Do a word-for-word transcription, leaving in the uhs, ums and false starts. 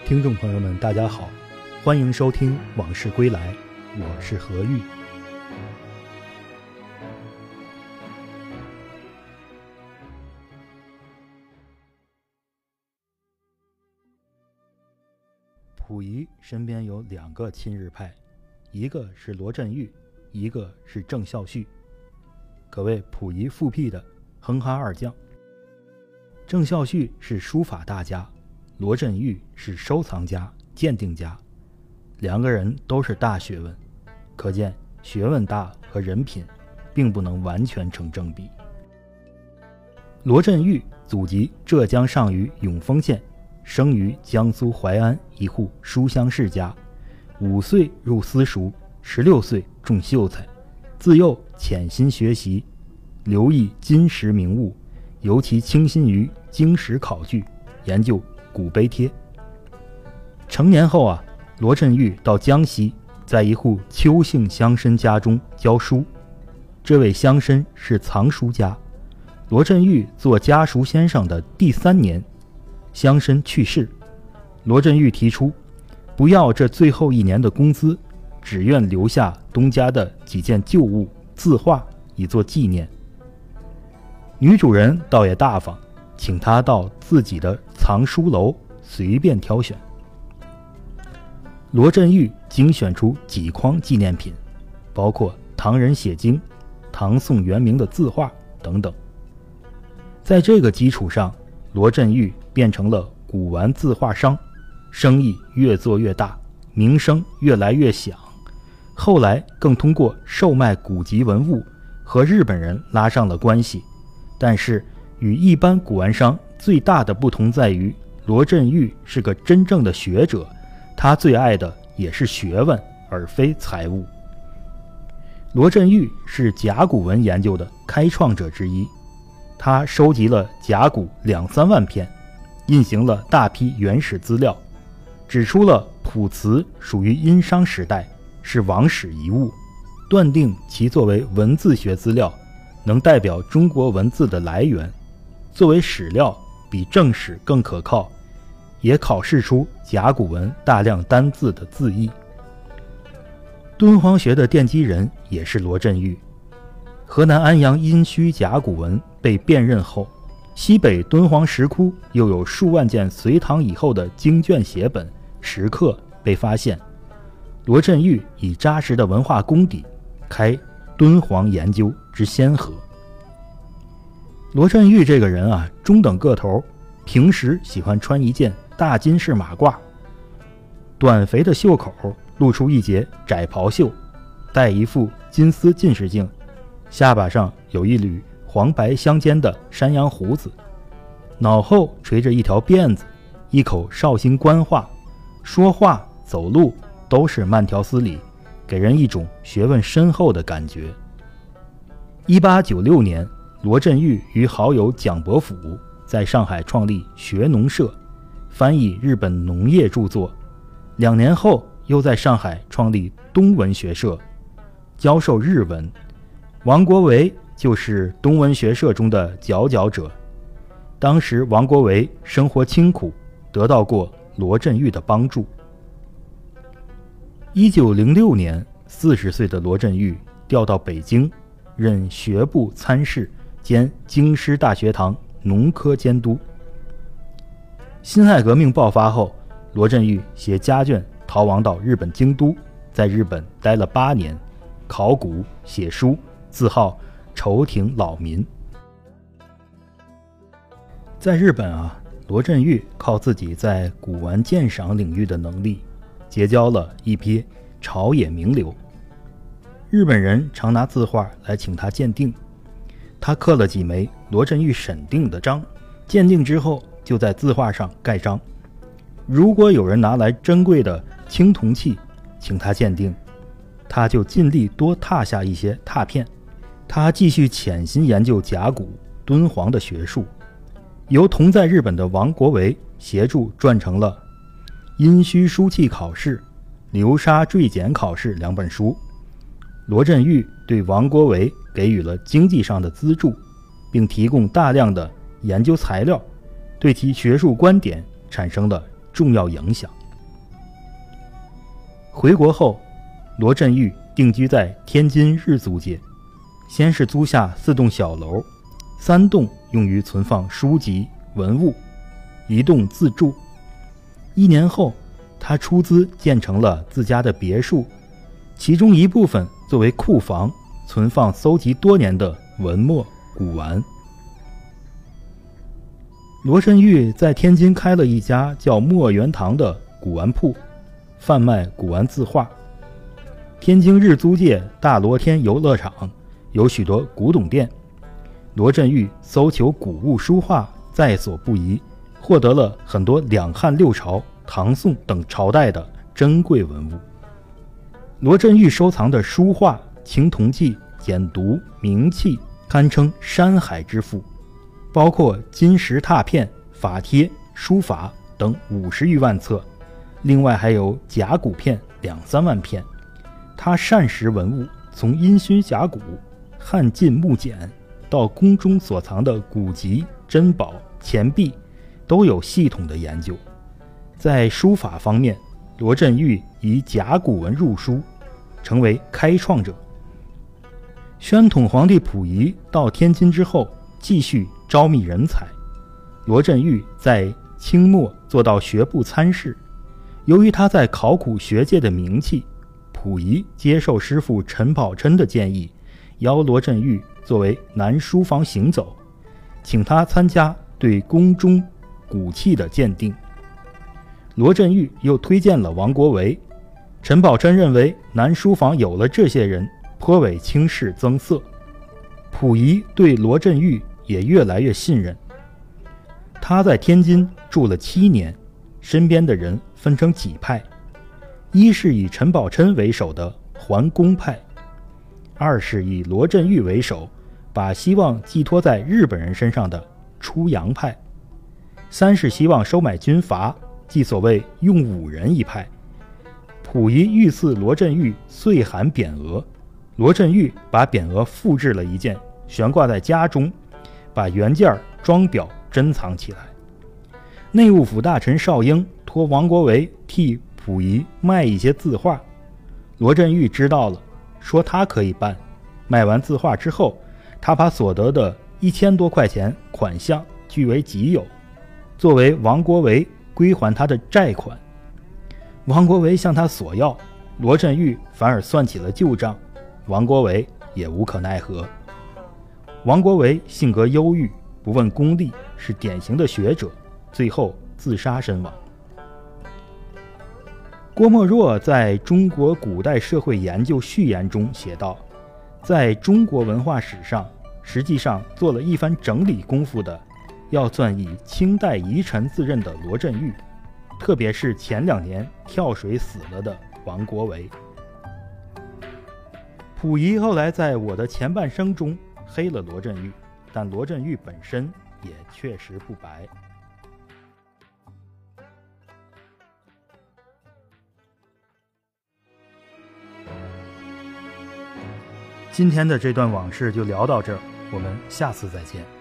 听众朋友们大家好，欢迎收听《往事归来》，我是何玉。溥仪身边有两个亲日派，一个是罗振玉，一个是郑孝胥，可谓溥仪复辟的哼哈二将。郑孝胥是书法大家，罗振玉是收藏家、鉴定家，两个人都是大学问，可见学问大和人品并不能完全成正比。罗振玉祖籍浙江上虞永丰县，生于江苏淮安一户书香世家，五岁入私塾，十六岁中秀才，自幼潜心学习，留意金石名物，尤其倾心于经史考据，研究古碑帖。成年后啊，罗振玉到江西，在一户邱姓乡绅家中教书。这位乡绅是藏书家，罗振玉做家塾先生的第三年，乡绅去世，罗振玉提出不要这最后一年的工资，只愿留下东家的几件旧物字画以作纪念。女主人倒也大方，请他到自己的藏书楼随便挑选。罗振玉精选出几筐纪念品，包括唐人写经、唐宋元明的字画等等。在这个基础上，罗振玉变成了古玩字画商，生意越做越大，名声越来越响。后来更通过售卖古籍文物和日本人拉上了关系。但是与一般古玩商最大的不同在于，罗振玉是个真正的学者，他最爱的也是学问，而非财物。罗振玉是甲骨文研究的开创者之一，他收集了甲骨两三万篇，印行了大批原始资料，指出了卜辞属于殷商时代，是王室遗物，断定其作为文字学资料，能代表中国文字的来源，作为史料比正史更可靠，也考试出甲骨文大量单字的字义。敦煌学的奠基人也是罗振玉。河南安阳殷墟甲骨文被辨认后，西北敦煌石窟又有数万件隋唐以后的经卷写本、石刻被发现。罗振玉以扎实的文化功底，开敦煌研究之先河。罗振玉这个人啊，中等个头，平时喜欢穿一件大金式马褂，短肥的袖口露出一截窄袍袖，戴一副金丝近视镜，下巴上有一缕黄白相间的山羊胡子，脑后垂着一条辫子，一口绍兴官话，说话走路都是慢条斯理，给人一种学问深厚的感觉。一八九六年，罗振玉与好友蒋伯甫在上海创立学农社，翻译日本农业著作。两年后又在上海创立东文学社，教授日文。王国维就是东文学社中的佼佼者。当时王国维生活清苦，得到过罗振玉的帮助。一九零六年，四十岁的罗振玉调到北京，任学部参事兼京师大学堂农科监督。辛亥革命爆发后，罗振玉携家眷逃亡到日本京都，在日本待了八年，考古写书，自号朝廷老民。在日本啊，罗振玉靠自己在古玩鉴赏领域的能力，结交了一批朝野名流。日本人常拿字画来请他鉴定，他刻了几枚罗振玉审定的章，鉴定之后就在字画上盖章。如果有人拿来珍贵的青铜器请他鉴定，他就尽力多拓下一些拓片。他继续潜心研究甲骨、敦煌的学术，由同在日本的王国维协助撰成了《殷墟书契考试》《流沙坠简考试》两本书。罗振玉对王国维给予了经济上的资助，并提供大量的研究材料，对其学术观点产生了重要影响。 回国后，罗振玉定居在天津日租界，先是租下四栋小楼，三栋用于存放书籍文物，一栋自住。一年后，他出资建成了自家的别墅，其中一部分作为库房，存放搜集多年的文墨古玩。罗振玉在天津开了一家叫墨园堂的古玩铺，贩卖古玩字画。天津日租界大罗天游乐场有许多古董店，罗振玉搜求古物书画在所不遗，获得了很多两汉六朝、唐宋等朝代的珍贵文物。罗振玉收藏的书画、青铜器、简牍、名器堪称山海之富，包括金石拓片、法帖、书法等五十余万册，另外还有甲骨片两三万片。他善识文物，从殷墟甲骨、汉晋木简到宫中所藏的古籍、珍宝、钱币，都有系统的研究。在书法方面，罗振玉以甲骨文入书，成为开创者。宣统皇帝溥仪到天津之后，继续招觅人才。罗振玉在清末做到学部参事，由于他在考古学界的名气，溥仪接受师父陈宝琛的建议，邀罗振玉作为南书房行走，请他参加对宫中古器的鉴定。罗振玉又推荐了王国维，陈宝琛认为南书房有了这些人，颇为轻视增色。溥仪对罗振玉也越来越信任。他在天津住了七年，身边的人分成几派，一是以陈宝琛为首的桓公派，二是以罗振玉为首，把希望寄托在日本人身上的出洋派，三是希望收买军阀，即所谓用武人一派。溥仪御赐罗振玉岁寒匾额，罗振玉把匾额复制了一件，悬挂在家中，把原件装裱珍藏起来。内务府大臣邵英托王国维替溥仪卖一些字画，罗振玉知道了，说他可以办。卖完字画之后，他把所得的一千多块钱款项据为己有，作为王国维归还他的债款。王国维向他索要，罗振玉反而算起了旧账，王国维也无可奈何。王国维性格忧郁，不问功利，是典型的学者，最后自杀身亡。郭沫若在中国古代社会研究序言中写道，在中国文化史上，实际上做了一番整理功夫的，要算以清代遗臣自认的罗振玉，特别是前两年跳水死了的王国维。溥仪后来在我的前半生中黑了罗振玉，但罗振玉本身也确实不白。今天的这段往事就聊到这儿，我们下次再见。